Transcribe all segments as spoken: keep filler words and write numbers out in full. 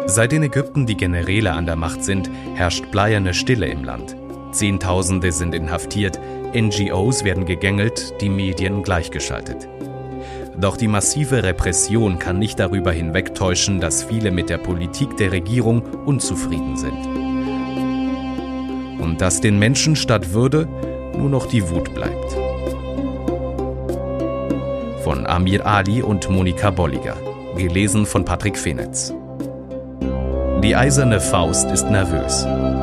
Seit in Ägypten die Generäle an der Macht sind, herrscht bleierne Stille im Land. Zehntausende sind inhaftiert, N G Os werden gegängelt, die Medien gleichgeschaltet. Doch die massive Repression kann nicht darüber hinwegtäuschen, dass viele mit der Politik der Regierung unzufrieden sind. Und dass den Menschen statt Würde nur noch die Wut bleibt. Von Amir Ali und Monika Bolliger. Gelesen von Patrick Fenetz. Die eiserne Faust ist nervös.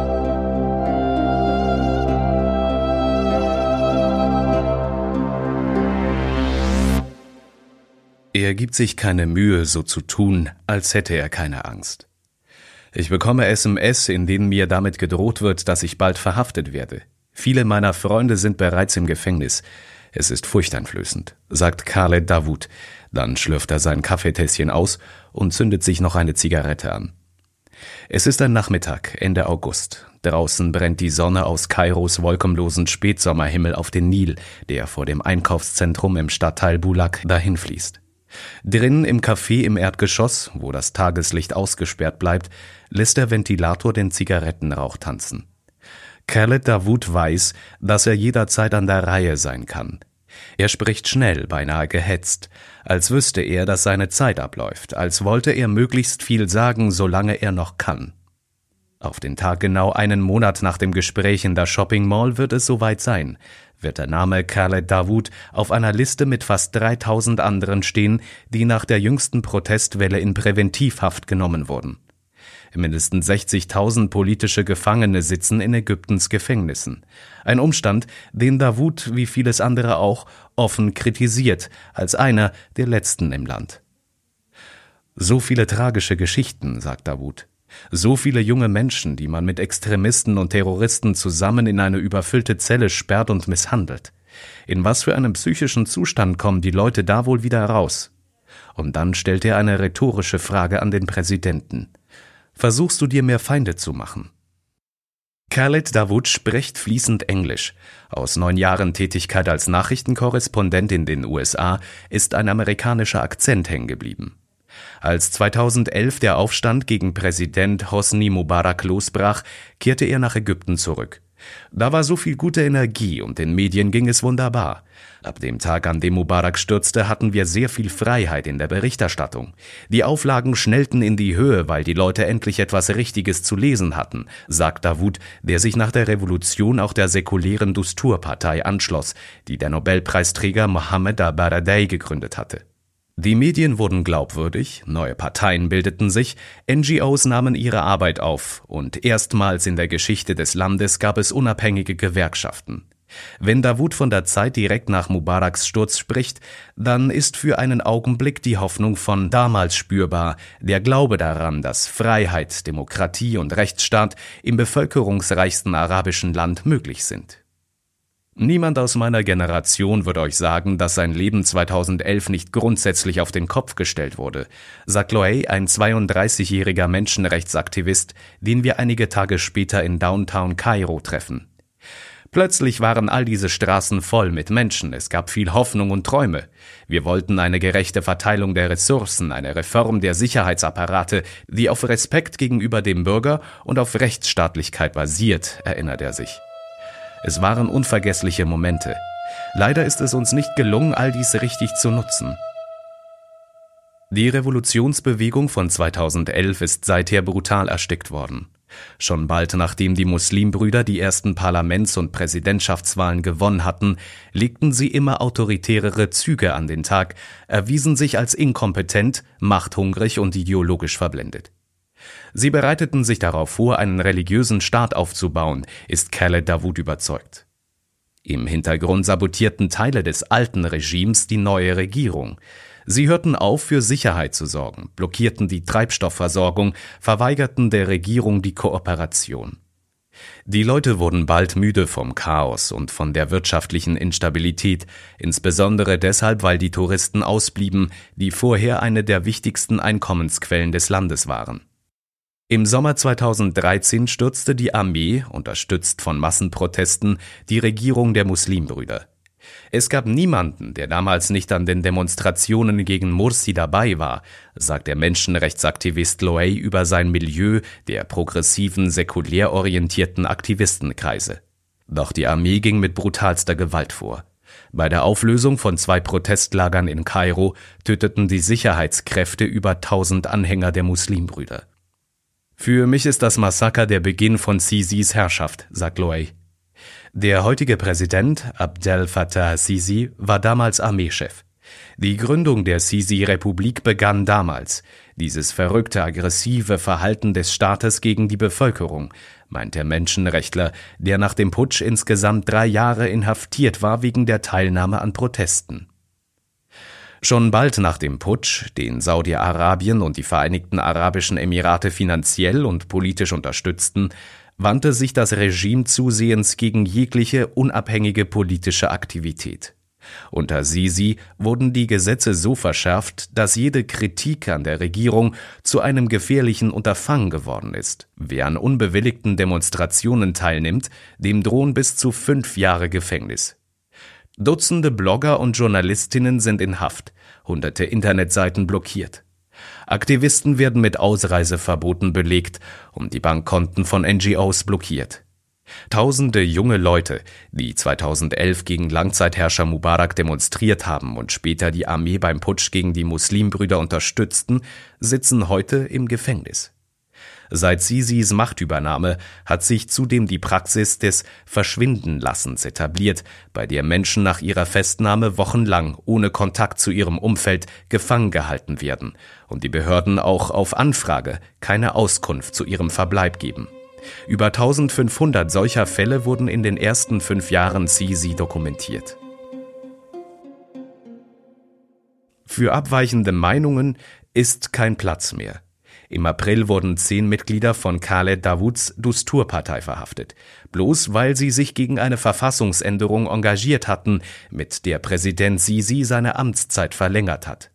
Er gibt sich keine Mühe, so zu tun, als hätte er keine Angst. Ich bekomme S M S, in denen mir damit gedroht wird, dass ich bald verhaftet werde. Viele meiner Freunde sind bereits im Gefängnis. Es ist furchteinflößend, sagt Khaled Dawood. Dann schlürft er sein Kaffeetässchen aus und zündet sich noch eine Zigarette an. Es ist ein Nachmittag, Ende August. Draußen brennt die Sonne aus Kairos wolkenlosen Spätsommerhimmel auf den Nil, der vor dem Einkaufszentrum im Stadtteil Bulak dahinfließt. Drinnen im Café im Erdgeschoss, wo das Tageslicht ausgesperrt bleibt, lässt der Ventilator den Zigarettenrauch tanzen. Khaled Dawood weiß, dass er jederzeit an der Reihe sein kann. Er spricht schnell, beinahe gehetzt, als wüsste er, dass seine Zeit abläuft, als wollte er möglichst viel sagen, solange er noch kann. Auf den Tag genau einen Monat nach dem Gespräch in der Shopping Mall wird es soweit sein, wird der Name Khaled Dawood auf einer Liste mit fast dreitausend anderen stehen, die nach der jüngsten Protestwelle in Präventivhaft genommen wurden. Mindestens sechzigtausend politische Gefangene sitzen in Ägyptens Gefängnissen. Ein Umstand, den Dawood, wie vieles andere auch, offen kritisiert, als einer der letzten im Land. So viele tragische Geschichten, sagt Dawood. So viele junge Menschen, die man mit Extremisten und Terroristen zusammen in eine überfüllte Zelle sperrt und misshandelt. In was für einem psychischen Zustand kommen die Leute da wohl wieder raus? Und dann stellt er eine rhetorische Frage an den Präsidenten. Versuchst du dir mehr Feinde zu machen? Khaled Dawood spricht fließend Englisch. Aus neun Jahren Tätigkeit als Nachrichtenkorrespondent in den U S A ist ein amerikanischer Akzent hängen geblieben. Als zweitausendelf der Aufstand gegen Präsident Hosni Mubarak losbrach, kehrte er nach Ägypten zurück. Da war so viel gute Energie und den Medien ging es wunderbar. Ab dem Tag, an dem Mubarak stürzte, hatten wir sehr viel Freiheit in der Berichterstattung. Die Auflagen schnellten in die Höhe, weil die Leute endlich etwas Richtiges zu lesen hatten, sagt Dawood, der sich nach der Revolution auch der säkulären Dustur-Partei anschloss, die der Nobelpreisträger Mohammed al-Baradei gegründet hatte. Die Medien wurden glaubwürdig, neue Parteien bildeten sich, N G Os nahmen ihre Arbeit auf und erstmals in der Geschichte des Landes gab es unabhängige Gewerkschaften. Wenn Dawood von der Zeit direkt nach Mubaraks Sturz spricht, dann ist für einen Augenblick die Hoffnung von damals spürbar, der Glaube daran, dass Freiheit, Demokratie und Rechtsstaat im bevölkerungsreichsten arabischen Land möglich sind. Niemand aus meiner Generation wird euch sagen, dass sein Leben zweitausendelf nicht grundsätzlich auf den Kopf gestellt wurde, sagt Loay, ein zweiunddreißigjähriger Menschenrechtsaktivist, den wir einige Tage später in Downtown Kairo treffen. Plötzlich waren all diese Straßen voll mit Menschen, es gab viel Hoffnung und Träume. Wir wollten eine gerechte Verteilung der Ressourcen, eine Reform der Sicherheitsapparate, die auf Respekt gegenüber dem Bürger und auf Rechtsstaatlichkeit basiert, erinnert er sich. Es waren unvergessliche Momente. Leider ist es uns nicht gelungen, all dies richtig zu nutzen. Die Revolutionsbewegung von zweitausendelf ist seither brutal erstickt worden. Schon bald nachdem die Muslimbrüder die ersten Parlaments- und Präsidentschaftswahlen gewonnen hatten, legten sie immer autoritärere Züge an den Tag, erwiesen sich als inkompetent, machthungrig und ideologisch verblendet. Sie bereiteten sich darauf vor, einen religiösen Staat aufzubauen, ist Khaled Dawood überzeugt. Im Hintergrund sabotierten Teile des alten Regimes die neue Regierung. Sie hörten auf, für Sicherheit zu sorgen, blockierten die Treibstoffversorgung, verweigerten der Regierung die Kooperation. Die Leute wurden bald müde vom Chaos und von der wirtschaftlichen Instabilität, insbesondere deshalb, weil die Touristen ausblieben, die vorher eine der wichtigsten Einkommensquellen des Landes waren. Im Sommer zweitausenddreizehn stürzte die Armee, unterstützt von Massenprotesten, die Regierung der Muslimbrüder. Es gab niemanden, der damals nicht an den Demonstrationen gegen Mursi dabei war, sagt der Menschenrechtsaktivist Loay über sein Milieu der progressiven, säkulär orientierten Aktivistenkreise. Doch die Armee ging mit brutalster Gewalt vor. Bei der Auflösung von zwei Protestlagern in Kairo töteten die Sicherheitskräfte über tausend Anhänger der Muslimbrüder. Für mich ist das Massaker der Beginn von Sisis Herrschaft, sagt Loay. Der heutige Präsident, Abdel Fattah Sisi, war damals Armeechef. Die Gründung der Sisi-Republik begann damals. Dieses verrückte, aggressive Verhalten des Staates gegen die Bevölkerung, meint der Menschenrechtler, der nach dem Putsch insgesamt drei Jahre inhaftiert war wegen der Teilnahme an Protesten. Schon bald nach dem Putsch, den Saudi-Arabien und die Vereinigten Arabischen Emirate finanziell und politisch unterstützten, wandte sich das Regime zusehends gegen jegliche unabhängige politische Aktivität. Unter Sisi wurden die Gesetze so verschärft, dass jede Kritik an der Regierung zu einem gefährlichen Unterfangen geworden ist. Wer an unbewilligten Demonstrationen teilnimmt, dem drohen bis zu fünf Jahre Gefängnis. Dutzende Blogger und Journalistinnen sind in Haft, hunderte Internetseiten blockiert. Aktivisten werden mit Ausreiseverboten belegt und die Bankkonten von N G Os blockiert. Tausende junge Leute, die zweitausendelf gegen Langzeitherrscher Mubarak demonstriert haben und später die Armee beim Putsch gegen die Muslimbrüder unterstützten, sitzen heute im Gefängnis. Seit Sisis Machtübernahme hat sich zudem die Praxis des Verschwindenlassens etabliert, bei der Menschen nach ihrer Festnahme wochenlang ohne Kontakt zu ihrem Umfeld gefangen gehalten werden und die Behörden auch auf Anfrage keine Auskunft zu ihrem Verbleib geben. Über eintausendfünfhundert solcher Fälle wurden in den ersten fünf Jahren Sisi dokumentiert. Für abweichende Meinungen ist kein Platz mehr. Im April wurden zehn Mitglieder von Khaled Davuds Dustur-Partei verhaftet, bloß weil sie sich gegen eine Verfassungsänderung engagiert hatten, mit der Präsident Sisi seine Amtszeit verlängert hat.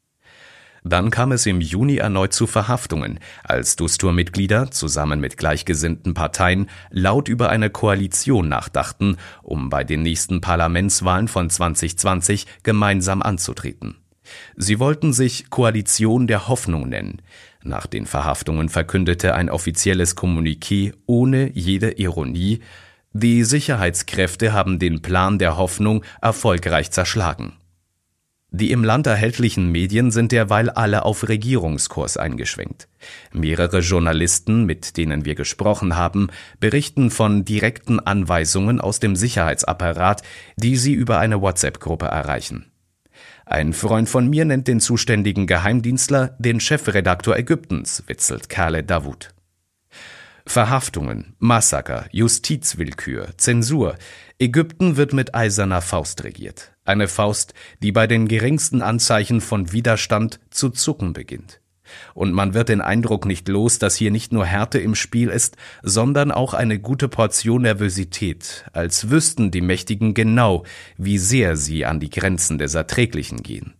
Dann kam es im Juni erneut zu Verhaftungen, als Dustur-Mitglieder zusammen mit gleichgesinnten Parteien laut über eine Koalition nachdachten, um bei den nächsten Parlamentswahlen von zwanzig zwanzig gemeinsam anzutreten. Sie wollten sich Koalition der Hoffnung nennen. Nach den Verhaftungen verkündete ein offizielles Kommuniqué ohne jede Ironie: Die Sicherheitskräfte haben den Plan der Hoffnung erfolgreich zerschlagen. Die im Land erhältlichen Medien sind derweil alle auf Regierungskurs eingeschwenkt. Mehrere Journalisten, mit denen wir gesprochen haben, berichten von direkten Anweisungen aus dem Sicherheitsapparat, die sie über eine WhatsApp-Gruppe erreichen. Ein Freund von mir nennt den zuständigen Geheimdienstler den Chefredaktor Ägyptens, witzelt Khaled Davud. Verhaftungen, Massaker, Justizwillkür, Zensur. Ägypten wird mit eiserner Faust regiert. Eine Faust, die bei den geringsten Anzeichen von Widerstand zu zucken beginnt. Und man wird den Eindruck nicht los, dass hier nicht nur Härte im Spiel ist, sondern auch eine gute Portion Nervosität, als wüssten die Mächtigen genau, wie sehr sie an die Grenzen des Erträglichen gehen.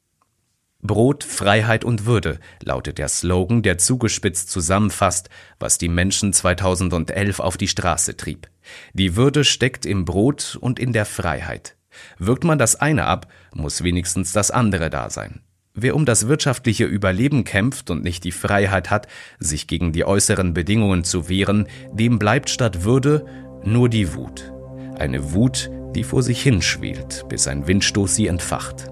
Brot, Freiheit und Würde lautet der Slogan, der zugespitzt zusammenfasst, was die Menschen zweitausendelf auf die Straße trieb. Die Würde steckt im Brot und in der Freiheit. Wirkt man das eine ab, muss wenigstens das andere da sein. Wer um das wirtschaftliche Überleben kämpft und nicht die Freiheit hat, sich gegen die äußeren Bedingungen zu wehren, dem bleibt statt Würde nur die Wut. Eine Wut, die vor sich hinschwelt, bis ein Windstoß sie entfacht.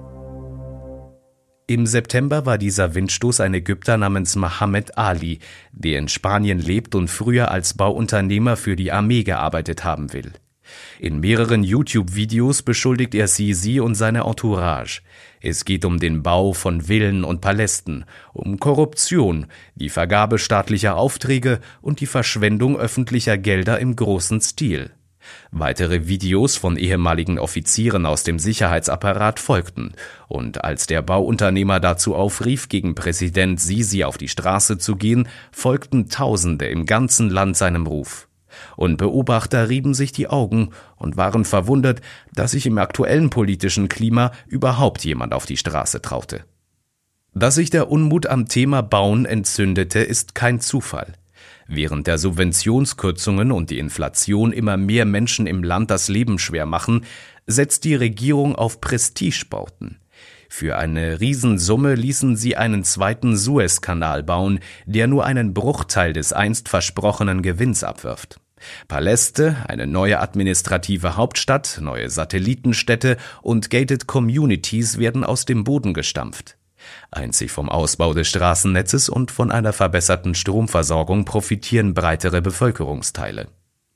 Im September war dieser Windstoß ein Ägypter namens Mohammed Ali, der in Spanien lebt und früher als Bauunternehmer für die Armee gearbeitet haben will. In mehreren YouTube-Videos beschuldigt er Sisi und seine Entourage. Es geht um den Bau von Villen und Palästen, um Korruption, die Vergabe staatlicher Aufträge und die Verschwendung öffentlicher Gelder im großen Stil. Weitere Videos von ehemaligen Offizieren aus dem Sicherheitsapparat folgten, und als der Bauunternehmer dazu aufrief, gegen Präsident Sisi auf die Straße zu gehen, folgten Tausende im ganzen Land seinem Ruf. Und Beobachter rieben sich die Augen und waren verwundert, dass sich im aktuellen politischen Klima überhaupt jemand auf die Straße traute. Dass sich der Unmut am Thema Bauen entzündete, ist kein Zufall. Während der Subventionskürzungen und die Inflation immer mehr Menschen im Land das Leben schwer machen, setzt die Regierung auf Prestigebauten. Für eine Riesensumme ließen sie einen zweiten Suezkanal bauen, der nur einen Bruchteil des einst versprochenen Gewinns abwirft. Paläste, eine neue administrative Hauptstadt, neue Satellitenstädte und gated Communities werden aus dem Boden gestampft. Einzig vom Ausbau des Straßennetzes und von einer verbesserten Stromversorgung profitieren breitere Bevölkerungsteile.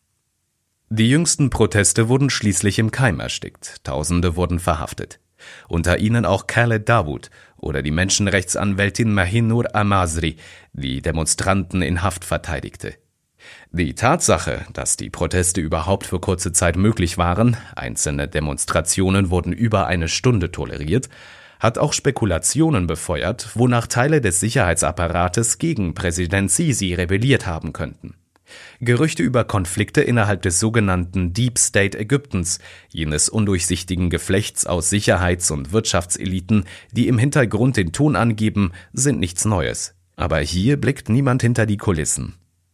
Die jüngsten Proteste wurden schließlich im Keim erstickt, Tausende wurden verhaftet. Unter ihnen auch Khaled Dawood oder die Menschenrechtsanwältin Mahinur Al-Masri, die Demonstranten in Haft verteidigte. Die Tatsache, dass die Proteste überhaupt für kurze Zeit möglich waren, einzelne Demonstrationen wurden über eine Stunde toleriert, hat auch Spekulationen befeuert, wonach Teile des Sicherheitsapparates gegen Präsident Sisi rebelliert haben könnten. Gerüchte über Konflikte innerhalb des sogenannten Deep State Ägyptens, jenes undurchsichtigen Geflechts aus Sicherheits- und Wirtschaftseliten, die im Hintergrund den Ton angeben, sind nichts Neues. Aber hier blickt niemand hinter die Kulissen.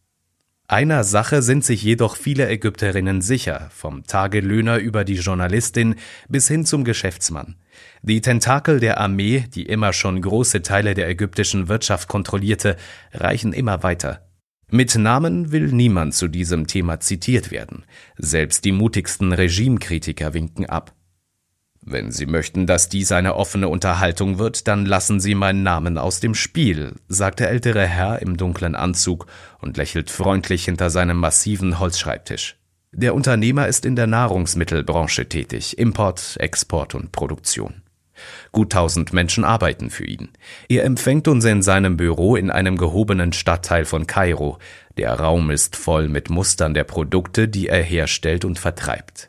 Einer Sache sind sich jedoch viele Ägypterinnen sicher, vom Tagelöhner über die Journalistin bis hin zum Geschäftsmann. Die Tentakel der Armee, die immer schon große Teile der ägyptischen Wirtschaft kontrollierte, reichen immer weiter. Mit Namen will niemand zu diesem Thema zitiert werden. Selbst die mutigsten Regimekritiker winken ab. Wenn Sie möchten, dass dies eine offene Unterhaltung wird, dann lassen Sie meinen Namen aus dem Spiel, sagt der ältere Herr im dunklen Anzug und lächelt freundlich hinter seinem massiven Holzschreibtisch. Der Unternehmer ist in der Nahrungsmittelbranche tätig, Import, Export und Produktion. Gut tausend Menschen arbeiten für ihn. Er empfängt uns in seinem Büro in einem gehobenen Stadtteil von Kairo. Der Raum ist voll mit Mustern der Produkte, die er herstellt und vertreibt.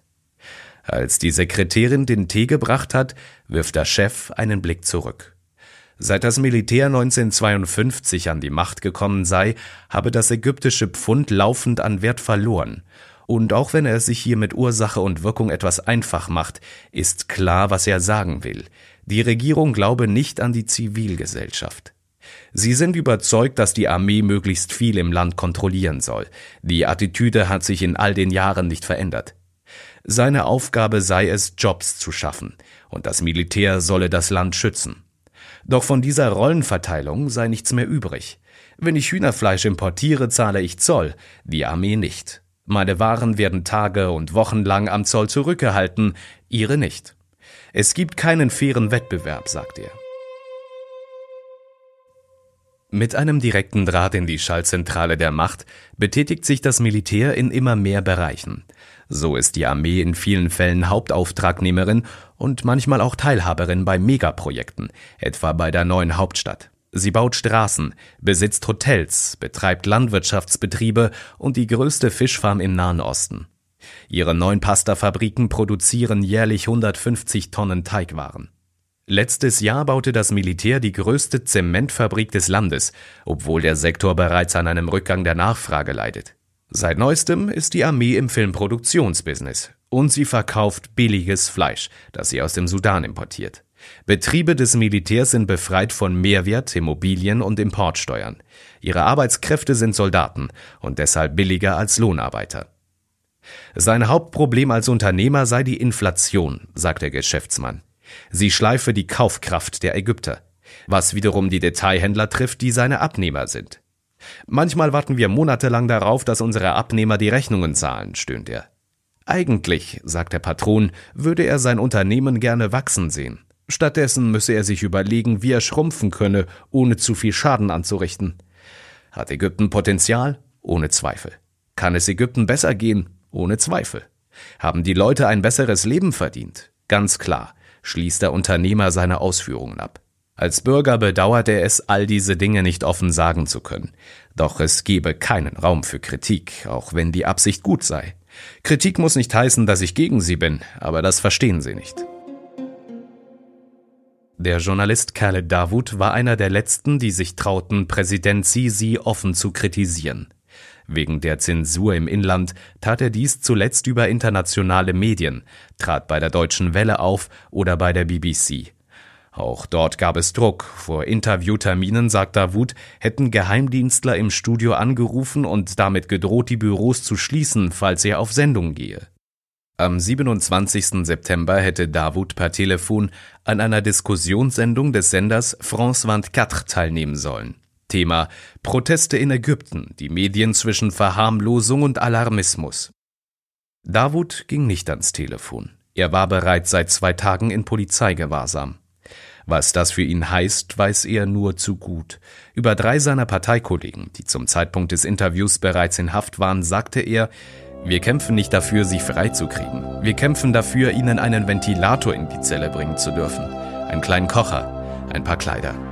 Als die Sekretärin den Tee gebracht hat, wirft der Chef einen Blick zurück. Seit das Militär neunzehnhundertzweiundfünfzig an die Macht gekommen sei, habe das ägyptische Pfund laufend an Wert verloren. Und auch wenn er es sich hier mit Ursache und Wirkung etwas einfach macht, ist klar, was er sagen will. Die Regierung glaube nicht an die Zivilgesellschaft. Sie sind überzeugt, dass die Armee möglichst viel im Land kontrollieren soll. Die Attitüde hat sich in all den Jahren nicht verändert. Seine Aufgabe sei es, Jobs zu schaffen, und das Militär solle das Land schützen. Doch von dieser Rollenverteilung sei nichts mehr übrig. Wenn ich Hühnerfleisch importiere, zahle ich Zoll, die Armee nicht. Meine Waren werden Tage und Wochen lang am Zoll zurückgehalten, ihre nicht. Es gibt keinen fairen Wettbewerb, sagt er. Mit einem direkten Draht in die Schaltzentrale der Macht betätigt sich das Militär in immer mehr Bereichen. So ist die Armee in vielen Fällen Hauptauftragnehmerin und manchmal auch Teilhaberin bei Megaprojekten, etwa bei der neuen Hauptstadt. Sie baut Straßen, besitzt Hotels, betreibt Landwirtschaftsbetriebe und die größte Fischfarm im Nahen Osten. Ihre neun Pastafabriken produzieren jährlich hundertfünfzig Tonnen Teigwaren. Letztes Jahr baute das Militär die größte Zementfabrik des Landes, obwohl der Sektor bereits an einem Rückgang der Nachfrage leidet. Seit neuestem ist die Armee im Filmproduktionsbusiness und sie verkauft billiges Fleisch, das sie aus dem Sudan importiert. Betriebe des Militärs sind befreit von Mehrwert, Immobilien und Importsteuern. Ihre Arbeitskräfte sind Soldaten und deshalb billiger als Lohnarbeiter. Sein Hauptproblem als Unternehmer sei die Inflation, sagt der Geschäftsmann. Sie schleife die Kaufkraft der Ägypter, was wiederum die Detailhändler trifft, die seine Abnehmer sind. Manchmal warten wir monatelang darauf, dass unsere Abnehmer die Rechnungen zahlen, stöhnt er. Eigentlich, sagt der Patron, würde er sein Unternehmen gerne wachsen sehen. Stattdessen müsse er sich überlegen, wie er schrumpfen könne, ohne zu viel Schaden anzurichten. Hat Ägypten Potenzial? Ohne Zweifel. Kann es Ägypten besser gehen? Ohne Zweifel. Haben die Leute ein besseres Leben verdient? Ganz klar, schließt der Unternehmer seine Ausführungen ab. Als Bürger bedauert er es, all diese Dinge nicht offen sagen zu können. Doch es gebe keinen Raum für Kritik, auch wenn die Absicht gut sei. Kritik muss nicht heißen, dass ich gegen sie bin, aber das verstehen sie nicht. Der Journalist Khaled Dawood war einer der letzten, die sich trauten, Präsident Sisi offen zu kritisieren. Wegen der Zensur im Inland tat er dies zuletzt über internationale Medien, trat bei der Deutschen Welle auf oder bei der B B C. Auch dort gab es Druck. Vor Interviewterminen, sagt Davout, hätten Geheimdienstler im Studio angerufen und damit gedroht, die Büros zu schließen, falls er auf Sendung gehe. Am siebenundzwanzigsten September hätte Davout per Telefon an einer Diskussionssendung des Senders France vierundzwanzig teilnehmen sollen. Thema: Proteste in Ägypten, die Medien zwischen Verharmlosung und Alarmismus. Davout ging nicht ans Telefon. Er war bereits seit zwei Tagen in Polizeigewahrsam. Was das für ihn heißt, weiß er nur zu gut. Über drei seiner Parteikollegen, die zum Zeitpunkt des Interviews bereits in Haft waren, sagte er: Wir kämpfen nicht dafür, sie freizukriegen. Wir kämpfen dafür, ihnen einen Ventilator in die Zelle bringen zu dürfen, einen kleinen Kocher, ein paar Kleider.